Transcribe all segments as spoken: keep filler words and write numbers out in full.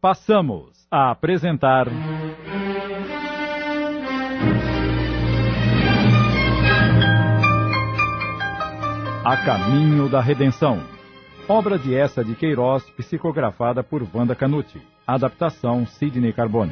Passamos a apresentar... A Caminho da Redenção. Obra de Eça de Queiroz, psicografada por Wanda Canuti. Adaptação Sidney Carbone.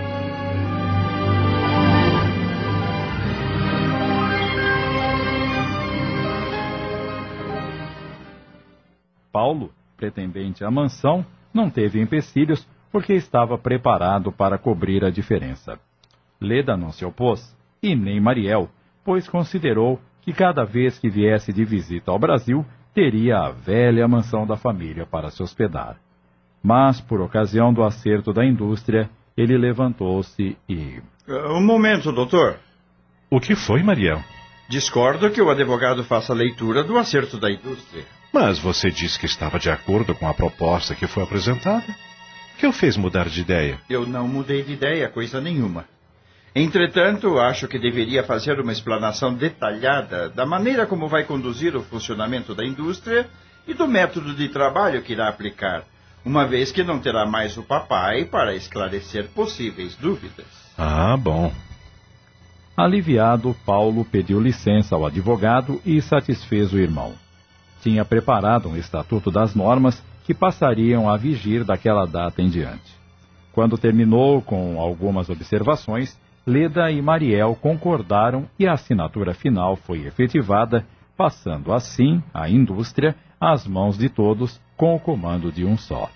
Paulo, pretendente à mansão, não teve empecilhos porque estava preparado para cobrir a diferença. Leda não se opôs, e nem Mariel, pois considerou que cada vez que viesse de visita ao Brasil, teria a velha mansão da família para se hospedar. Mas, por ocasião do acerto da indústria, ele levantou-se e... Um momento, doutor. O que foi, Mariel? Discordo que o advogado faça leitura do acerto da indústria. Mas você disse que estava de acordo com a proposta que foi apresentada. O que o fez mudar de ideia? Eu não mudei de ideia, coisa nenhuma. Entretanto, acho que deveria fazer uma explanação detalhada da maneira como vai conduzir o funcionamento da indústria e do método de trabalho que irá aplicar, uma vez que não terá mais o papai para esclarecer possíveis dúvidas. Ah, bom. Aliviado, Paulo pediu licença ao advogado e satisfez o irmão. Tinha preparado um estatuto das normas que passariam a vigir daquela data em diante. Quando terminou com algumas observações, Leda e Mariel concordaram e a assinatura final foi efetivada, passando assim a indústria às mãos de todos com o comando de um só.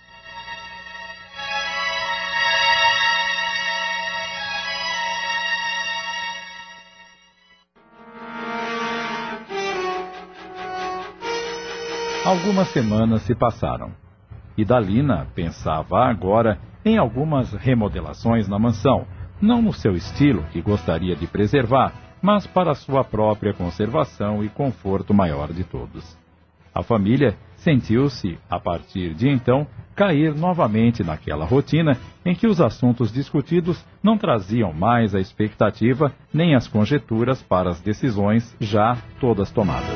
Algumas semanas se passaram. Idalina pensava agora em algumas remodelações na mansão, não no seu estilo, que gostaria de preservar, mas para sua própria conservação e conforto maior de todos. A família sentiu-se, a partir de então, cair novamente naquela rotina em que os assuntos discutidos não traziam mais a expectativa nem as conjecturas para as decisões já todas tomadas.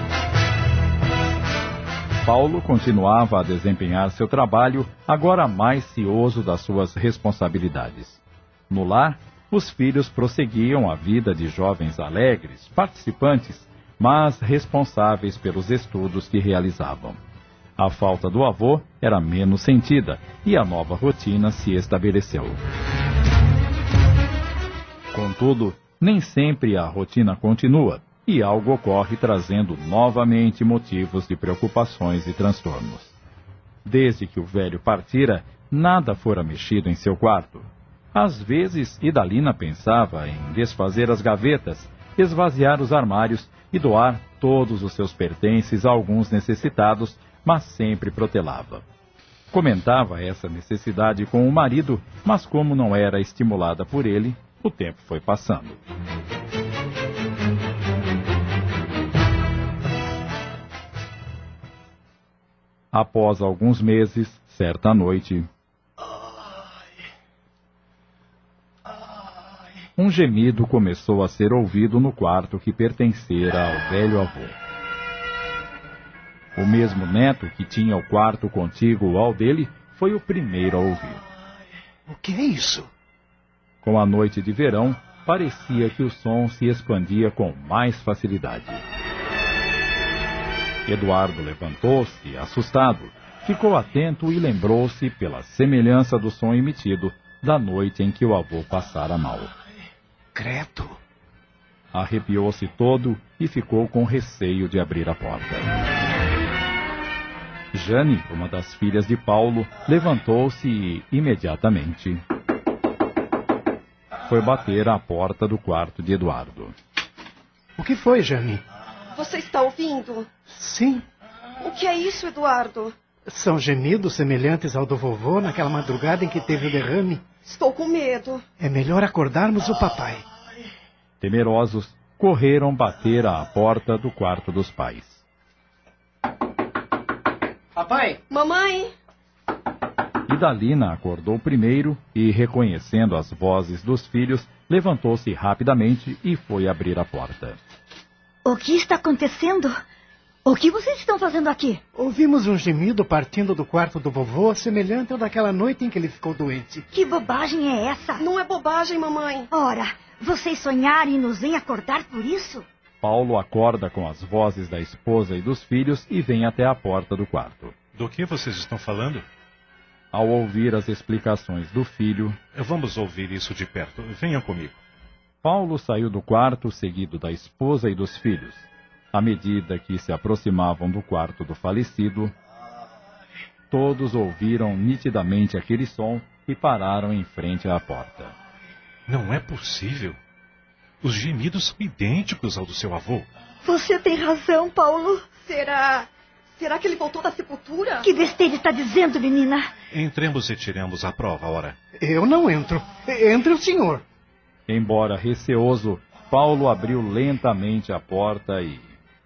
Paulo continuava a desempenhar seu trabalho, agora mais cioso das suas responsabilidades. No lar, os filhos prosseguiam a vida de jovens alegres, participantes, mas responsáveis pelos estudos que realizavam. A falta do avô era menos sentida e a nova rotina se estabeleceu. Contudo, nem sempre a rotina continua e algo ocorre trazendo novamente motivos de preocupações e transtornos. Desde que o velho partira, nada fora mexido em seu quarto. Às vezes, Idalina pensava em desfazer as gavetas, esvaziar os armários e doar todos os seus pertences a alguns necessitados, mas sempre protelava. Comentava essa necessidade com o marido, mas como não era estimulada por ele, o tempo foi passando. Após alguns meses, certa noite... Um gemido começou a ser ouvido no quarto que pertencera ao velho avô. O mesmo neto que tinha o quarto contíguo ao dele foi o primeiro a ouvir. O que é isso? Com a noite de verão, parecia que o som se expandia com mais facilidade. Eduardo levantou-se, assustado, ficou atento e lembrou-se, pela semelhança do som emitido, da noite em que o avô passara mal. Credo! Arrepiou-se todo e ficou com receio de abrir a porta. Jane, uma das filhas de Paulo, levantou-se e, imediatamente, foi bater à porta do quarto de Eduardo. O que foi, Jane? Você está ouvindo? Sim. O que é isso, Eduardo? São gemidos semelhantes ao do vovô naquela madrugada em que teve o derrame. Estou com medo. É melhor acordarmos o papai. Temerosos, correram bater à porta do quarto dos pais. Papai! Mamãe! Idalina acordou primeiro e, reconhecendo as vozes dos filhos, levantou-se rapidamente e foi abrir a porta. O que está acontecendo? O que vocês estão fazendo aqui? Ouvimos um gemido partindo do quarto do vovô, semelhante ao daquela noite em que ele ficou doente. Que bobagem é essa? Não é bobagem, mamãe. Ora, vocês sonharem e nos vêm acordar por isso? Paulo acorda com as vozes da esposa e dos filhos e vem até a porta do quarto. Do que vocês estão falando? Ao ouvir as explicações do filho, Vamos ouvir isso de perto. Venham comigo. Paulo saiu do quarto seguido da esposa e dos filhos. À medida que se aproximavam do quarto do falecido, todos ouviram nitidamente aquele som e pararam em frente à porta. Não é possível. Os gemidos são idênticos ao do seu avô. Você tem razão, Paulo. Será... Será que ele voltou da sepultura? Que besteira está dizendo, menina? Entremos e tiremos a prova, ora. Eu não entro. Entre o senhor. Embora receoso, Paulo abriu lentamente a porta e...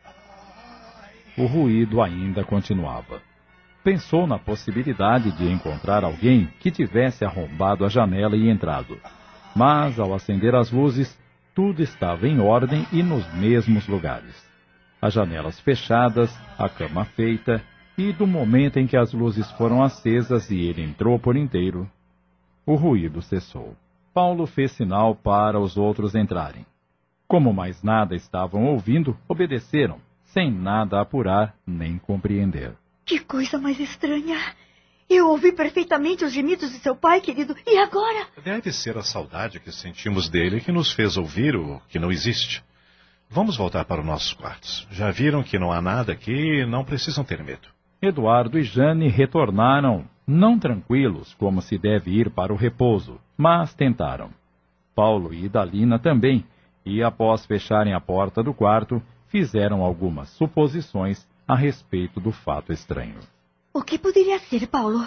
o ruído ainda continuava. Pensou na possibilidade de encontrar alguém que tivesse arrombado a janela e entrado. Mas, ao acender as luzes, tudo estava em ordem e nos mesmos lugares. As janelas fechadas, a cama feita, e do momento em que as luzes foram acesas e ele entrou por inteiro, o ruído cessou. Paulo fez sinal para os outros entrarem. Como mais nada estavam ouvindo, obedeceram, sem nada apurar nem compreender. Que coisa mais estranha. Eu ouvi perfeitamente os gemidos de seu pai, querido. E agora? Deve ser a saudade que sentimos dele que nos fez ouvir o que não existe. Vamos voltar para os nossos quartos. Já viram que não há nada aqui e não precisam ter medo. Eduardo e Jane retornaram, não tranquilos, como se deve ir para o repouso, mas tentaram. Paulo e Idalina também, e após fecharem a porta do quarto, fizeram algumas suposições a respeito do fato estranho. O que poderia ser, Paulo?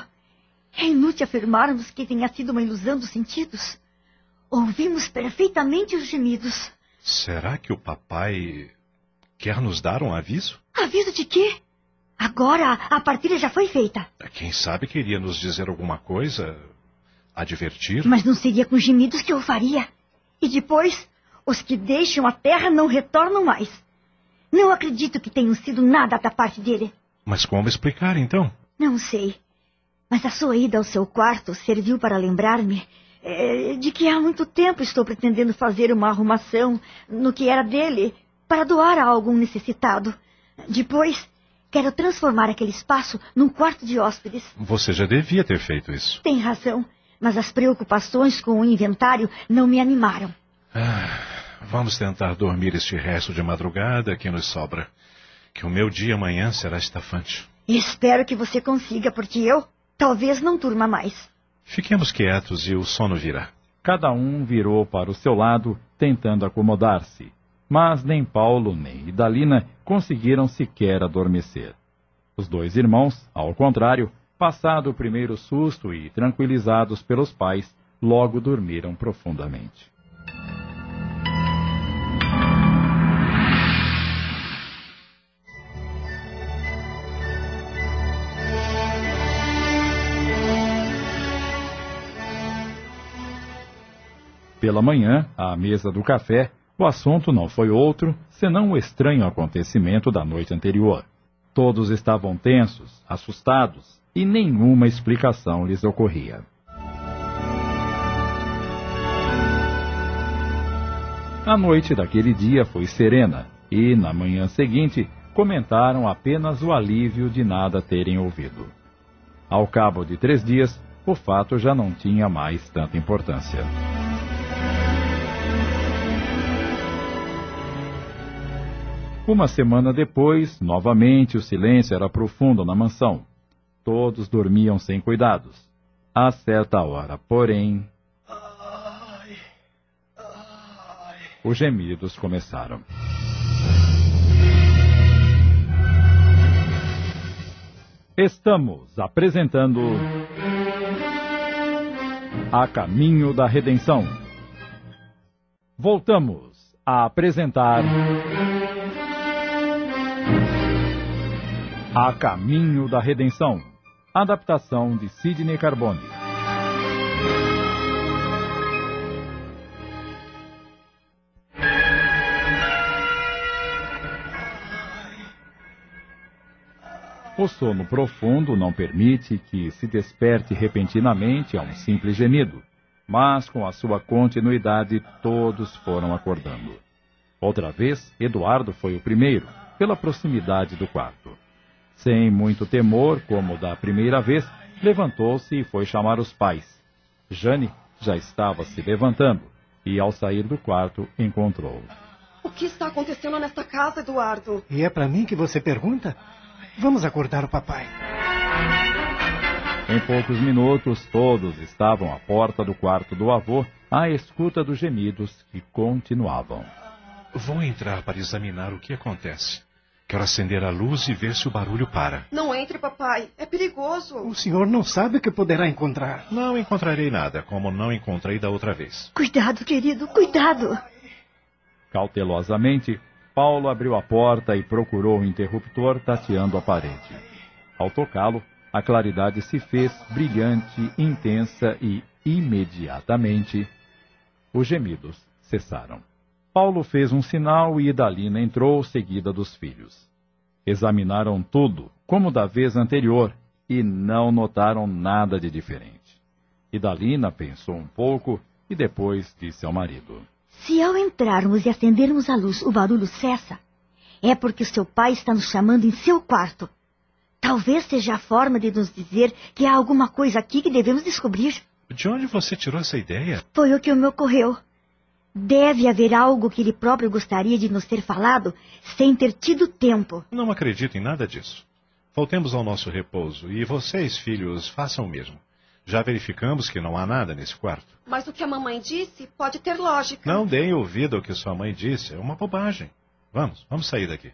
É inútil afirmarmos que tenha sido uma ilusão dos sentidos. Ouvimos perfeitamente os gemidos. Será que o papai quer nos dar um aviso? Aviso de quê? Agora a partilha já foi feita. Quem sabe queria nos dizer alguma coisa? Advertir? Mas não seria com gemidos que eu faria. E depois, os que deixam a terra não retornam mais. Não acredito que tenham sido nada da parte dele. Mas como explicar, então? Não sei. Mas a sua ida ao seu quarto serviu para lembrar-me é, de que há muito tempo estou pretendendo fazer uma arrumação no que era dele para doar a algum necessitado. Depois, quero transformar aquele espaço num quarto de hóspedes. Você já devia ter feito isso. Tem razão, mas as preocupações com o inventário não me animaram. Ah, vamos tentar dormir este resto de madrugada que nos sobra. Que o meu dia amanhã será estafante. Espero que você consiga, porque eu talvez não durma mais. Fiquemos quietos e o sono virá. Cada um virou para o seu lado, tentando acomodar-se. Mas nem Paulo nem Idalina conseguiram sequer adormecer. Os dois irmãos, ao contrário, passado o primeiro susto e tranquilizados pelos pais, logo dormiram profundamente. Pela manhã, à mesa do café, o assunto não foi outro, senão o estranho acontecimento da noite anterior. Todos estavam tensos, assustados, e nenhuma explicação lhes ocorria. A noite daquele dia foi serena, e, na manhã seguinte, comentaram apenas o alívio de nada terem ouvido. Ao cabo de três dias, o fato já não tinha mais tanta importância. Uma semana depois, novamente o silêncio era profundo na mansão. Todos dormiam sem cuidados. A certa hora, porém, Ai, ai. os gemidos começaram. Estamos apresentando A Caminho da Redenção. Voltamos a apresentar A Caminho da Redenção, adaptação de Sidney Carbone. O sono profundo não permite que se desperte repentinamente a um simples gemido, mas com a sua continuidade todos foram acordando. Outra vez, Eduardo foi o primeiro, pela proximidade do quarto. Sem muito temor, como da primeira vez, levantou-se e foi chamar os pais. Jane já estava se levantando e, ao sair do quarto, encontrou. O que está acontecendo nesta casa, Eduardo? E é para mim que você pergunta? Vamos acordar o papai. Em poucos minutos, todos estavam à porta do quarto do avô, à escuta dos gemidos que continuavam. Vou entrar para examinar o que acontece. Quero acender a luz e ver se o barulho para. Não entre, papai. É perigoso. O senhor não sabe o que poderá encontrar. Não encontrarei nada, como não encontrei da outra vez. Cuidado, querido, cuidado. Cautelosamente, Paulo abriu a porta e procurou o interruptor tateando a parede. Ao tocá-lo, a claridade se fez brilhante, intensa e, imediatamente, os gemidos cessaram. Paulo fez um sinal e Idalina entrou, seguida dos filhos. Examinaram tudo, como da vez anterior, e não notaram nada de diferente. Idalina pensou um pouco e depois disse ao marido. Se ao entrarmos e acendermos a luz o barulho cessa, é porque seu pai está nos chamando em seu quarto. Talvez seja a forma de nos dizer que há alguma coisa aqui que devemos descobrir. De onde você tirou essa ideia? Foi o que me ocorreu. Deve haver algo que ele próprio gostaria de nos ter falado sem ter tido tempo. Não acredito em nada disso. Voltemos ao nosso repouso e vocês, filhos, façam o mesmo. Já verificamos que não há nada nesse quarto. Mas o que a mamãe disse pode ter lógica. Não deem ouvido ao que sua mãe disse. É uma bobagem. Vamos, vamos sair daqui.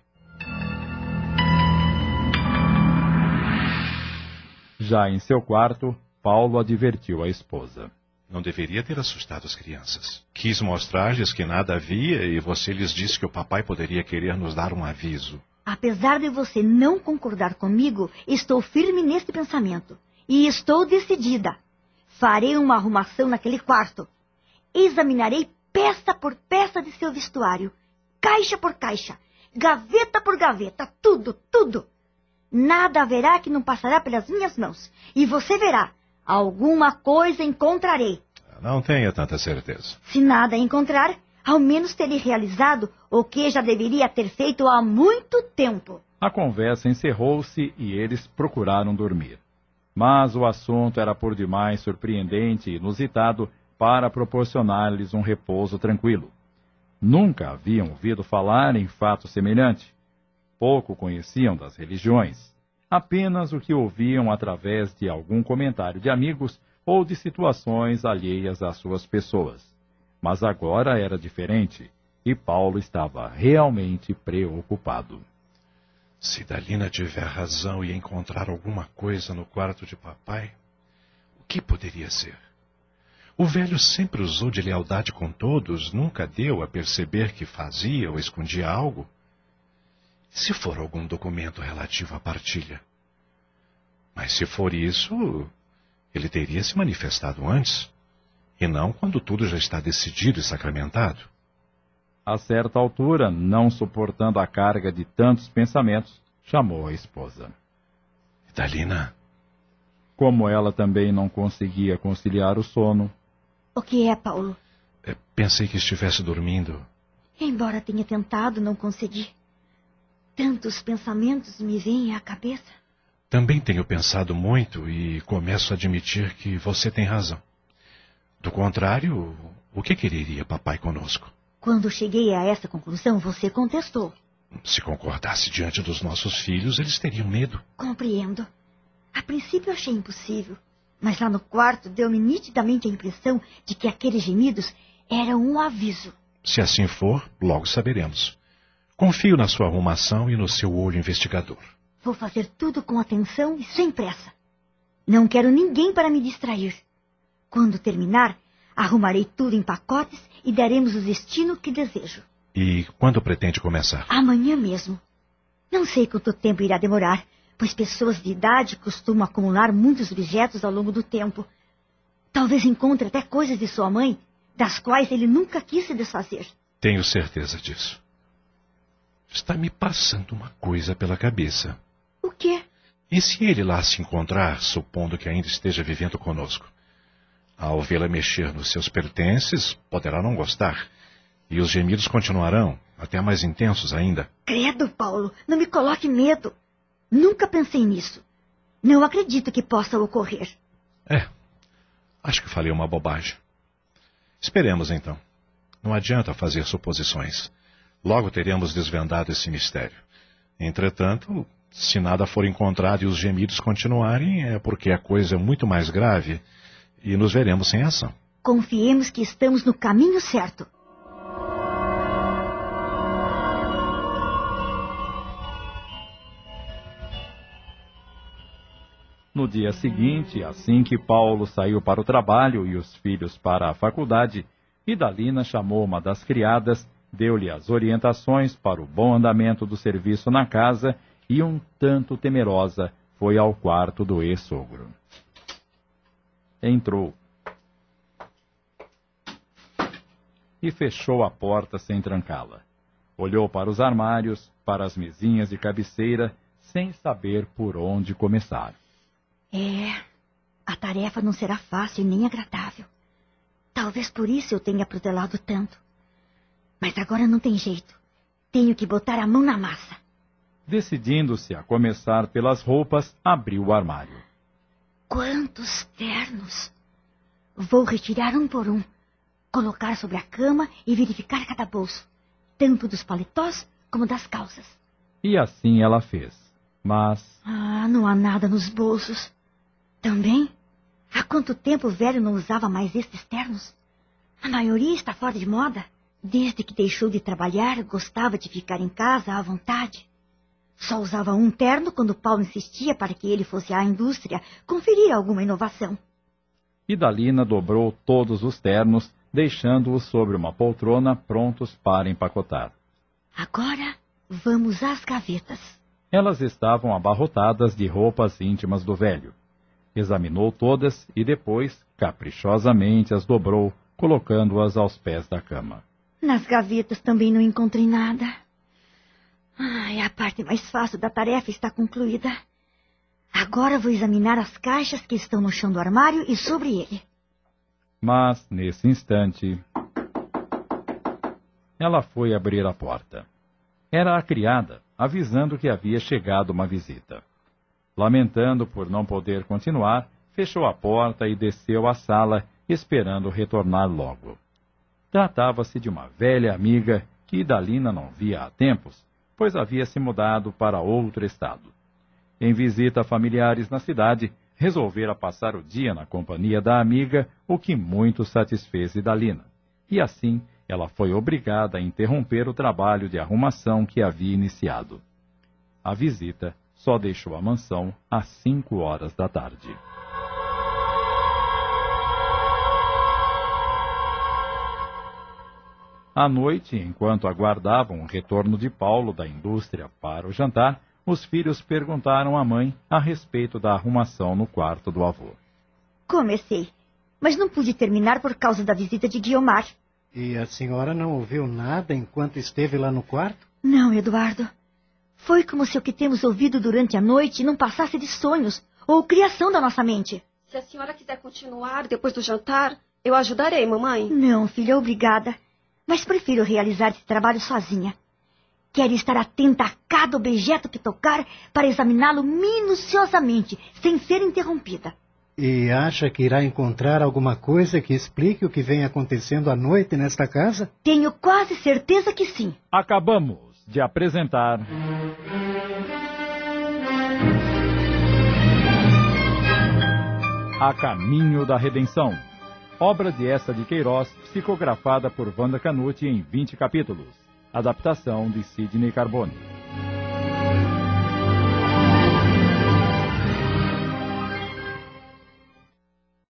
Já em seu quarto, Paulo advertiu a esposa. Não deveria ter assustado as crianças. Quis mostrar-lhes que nada havia e você lhes disse que o papai poderia querer nos dar um aviso. Apesar de você não concordar comigo, estou firme neste pensamento. E estou decidida. Farei uma arrumação naquele quarto. Examinarei peça por peça de seu vestuário. Caixa por caixa. Gaveta por gaveta. Tudo, tudo. Nada haverá que não passará pelas minhas mãos. E você verá. Alguma coisa encontrarei. Não tenha tanta certeza. Se nada encontrar, ao menos terei realizado o que já deveria ter feito há muito tempo. A conversa encerrou-se e eles procuraram dormir. Mas o assunto era por demais surpreendente e inusitado para proporcionar-lhes um repouso tranquilo. Nunca haviam ouvido falar em fato semelhante. Pouco conheciam das religiões. Apenas o que ouviam através de algum comentário de amigos ou de situações alheias às suas pessoas. Mas agora era diferente, e Paulo estava realmente preocupado. Se Dalina tiver razão e encontrar alguma coisa no quarto de papai, o que poderia ser? O velho sempre usou de lealdade com todos, nunca deu a perceber que fazia ou escondia algo. Se for algum documento relativo à partilha. Mas se for isso, ele teria se manifestado antes, e não quando tudo já está decidido e sacramentado. A certa altura, não suportando a carga de tantos pensamentos, chamou a esposa. Dalina. Como ela também não conseguia conciliar o sono. O que é, Paulo? É, pensei que estivesse dormindo. Embora tenha tentado, não consegui. Tantos pensamentos me vêm à cabeça. Também tenho pensado muito e começo a admitir que você tem razão. Do contrário, o que quereria papai conosco? Quando cheguei a essa conclusão, você contestou. Se concordasse diante dos nossos filhos, eles teriam medo. Compreendo. A princípio achei impossível. Mas lá no quarto deu-me nitidamente a impressão de que aqueles gemidos eram um aviso. Se assim for, logo saberemos. Confio na sua arrumação e no seu olho investigador. Vou fazer tudo com atenção e sem pressa. Não quero ninguém para me distrair. Quando terminar, arrumarei tudo em pacotes e daremos o destino que desejo. E quando pretende começar? Amanhã mesmo. Não sei quanto tempo irá demorar, pois pessoas de idade costumam acumular muitos objetos ao longo do tempo. Talvez encontre até coisas de sua mãe, das quais ele nunca quis se desfazer. Tenho certeza disso. Está me passando uma coisa pela cabeça. O quê? E se ele lá se encontrar, supondo que ainda esteja vivendo conosco? Ao vê-la mexer nos seus pertences, poderá não gostar. E os gemidos continuarão, até mais intensos ainda. Credo, Paulo, não me coloque medo. Nunca pensei nisso. Não acredito que possa ocorrer. É, acho que falei uma bobagem. Esperemos, então. Não adianta fazer suposições. Logo teremos desvendado esse mistério. Entretanto, se nada for encontrado e os gemidos continuarem, é porque a coisa é muito mais grave e nos veremos sem ação. Confiemos que estamos no caminho certo. No dia seguinte, assim que Paulo saiu para o trabalho e os filhos para a faculdade, Idalina chamou uma das criadas, deu-lhe as orientações para o bom andamento do serviço na casa e, um tanto temerosa, foi ao quarto do ex-sogro. Entrou e fechou a porta sem trancá-la. Olhou para os armários, para as mesinhas de cabeceira, sem saber por onde começar. É, a tarefa não será fácil nem agradável. Talvez por isso eu tenha protelado tanto. Mas agora não tem jeito. Tenho que botar a mão na massa. Decidindo-se a começar pelas roupas, abriu o armário. Quantos ternos! Vou retirar um por um, colocar sobre a cama e verificar cada bolso, tanto dos paletós como das calças. E assim ela fez. Mas... Ah, não há nada nos bolsos. Também? Há quanto tempo o velho não usava mais estes ternos? A maioria está fora de moda. Desde que deixou de trabalhar, gostava de ficar em casa à vontade. Só usava um terno quando Paulo insistia para que ele fosse à indústria conferir alguma inovação. Idalina dobrou todos os ternos, deixando-os sobre uma poltrona prontos para empacotar. Agora, vamos às gavetas. Elas estavam abarrotadas de roupas íntimas do velho. Examinou todas e depois, caprichosamente, as dobrou, colocando-as aos pés da cama. Nas gavetas também não encontrei nada. Ai, a parte mais fácil da tarefa está concluída. Agora vou examinar as caixas que estão no chão do armário e sobre ele. Mas, nesse instante, ela foi abrir a porta. Era a criada, avisando que havia chegado uma visita. Lamentando por não poder continuar, fechou a porta e desceu à sala, esperando retornar logo. Tratava-se de uma velha amiga que Idalina não via há tempos, pois havia se mudado para outro estado. Em visita a familiares na cidade, resolvera passar o dia na companhia da amiga, o que muito satisfez Idalina. E assim, ela foi obrigada a interromper o trabalho de arrumação que havia iniciado. A visita só deixou a mansão às cinco horas da tarde. À noite, enquanto aguardavam o retorno de Paulo da indústria para o jantar, os filhos perguntaram à mãe a respeito da arrumação no quarto do avô. Comecei, mas não pude terminar por causa da visita de Guiomar. E a senhora não ouviu nada enquanto esteve lá no quarto? Não, Eduardo. Foi como se o que temos ouvido durante a noite não passasse de sonhos ou criação da nossa mente. Se a senhora quiser continuar depois do jantar, eu ajudarei, mamãe. Não, filha, obrigada. Mas prefiro realizar esse trabalho sozinha. Quero estar atenta a cada objeto que tocar para examiná-lo minuciosamente, sem ser interrompida. E acha que irá encontrar alguma coisa que explique o que vem acontecendo à noite nesta casa? Tenho quase certeza que sim. Acabamos de apresentar... A Caminho da Redenção, obra de Eça de Queiroz, psicografada por Wanda Canuti em vinte capítulos. Adaptação de Sidney Carbone.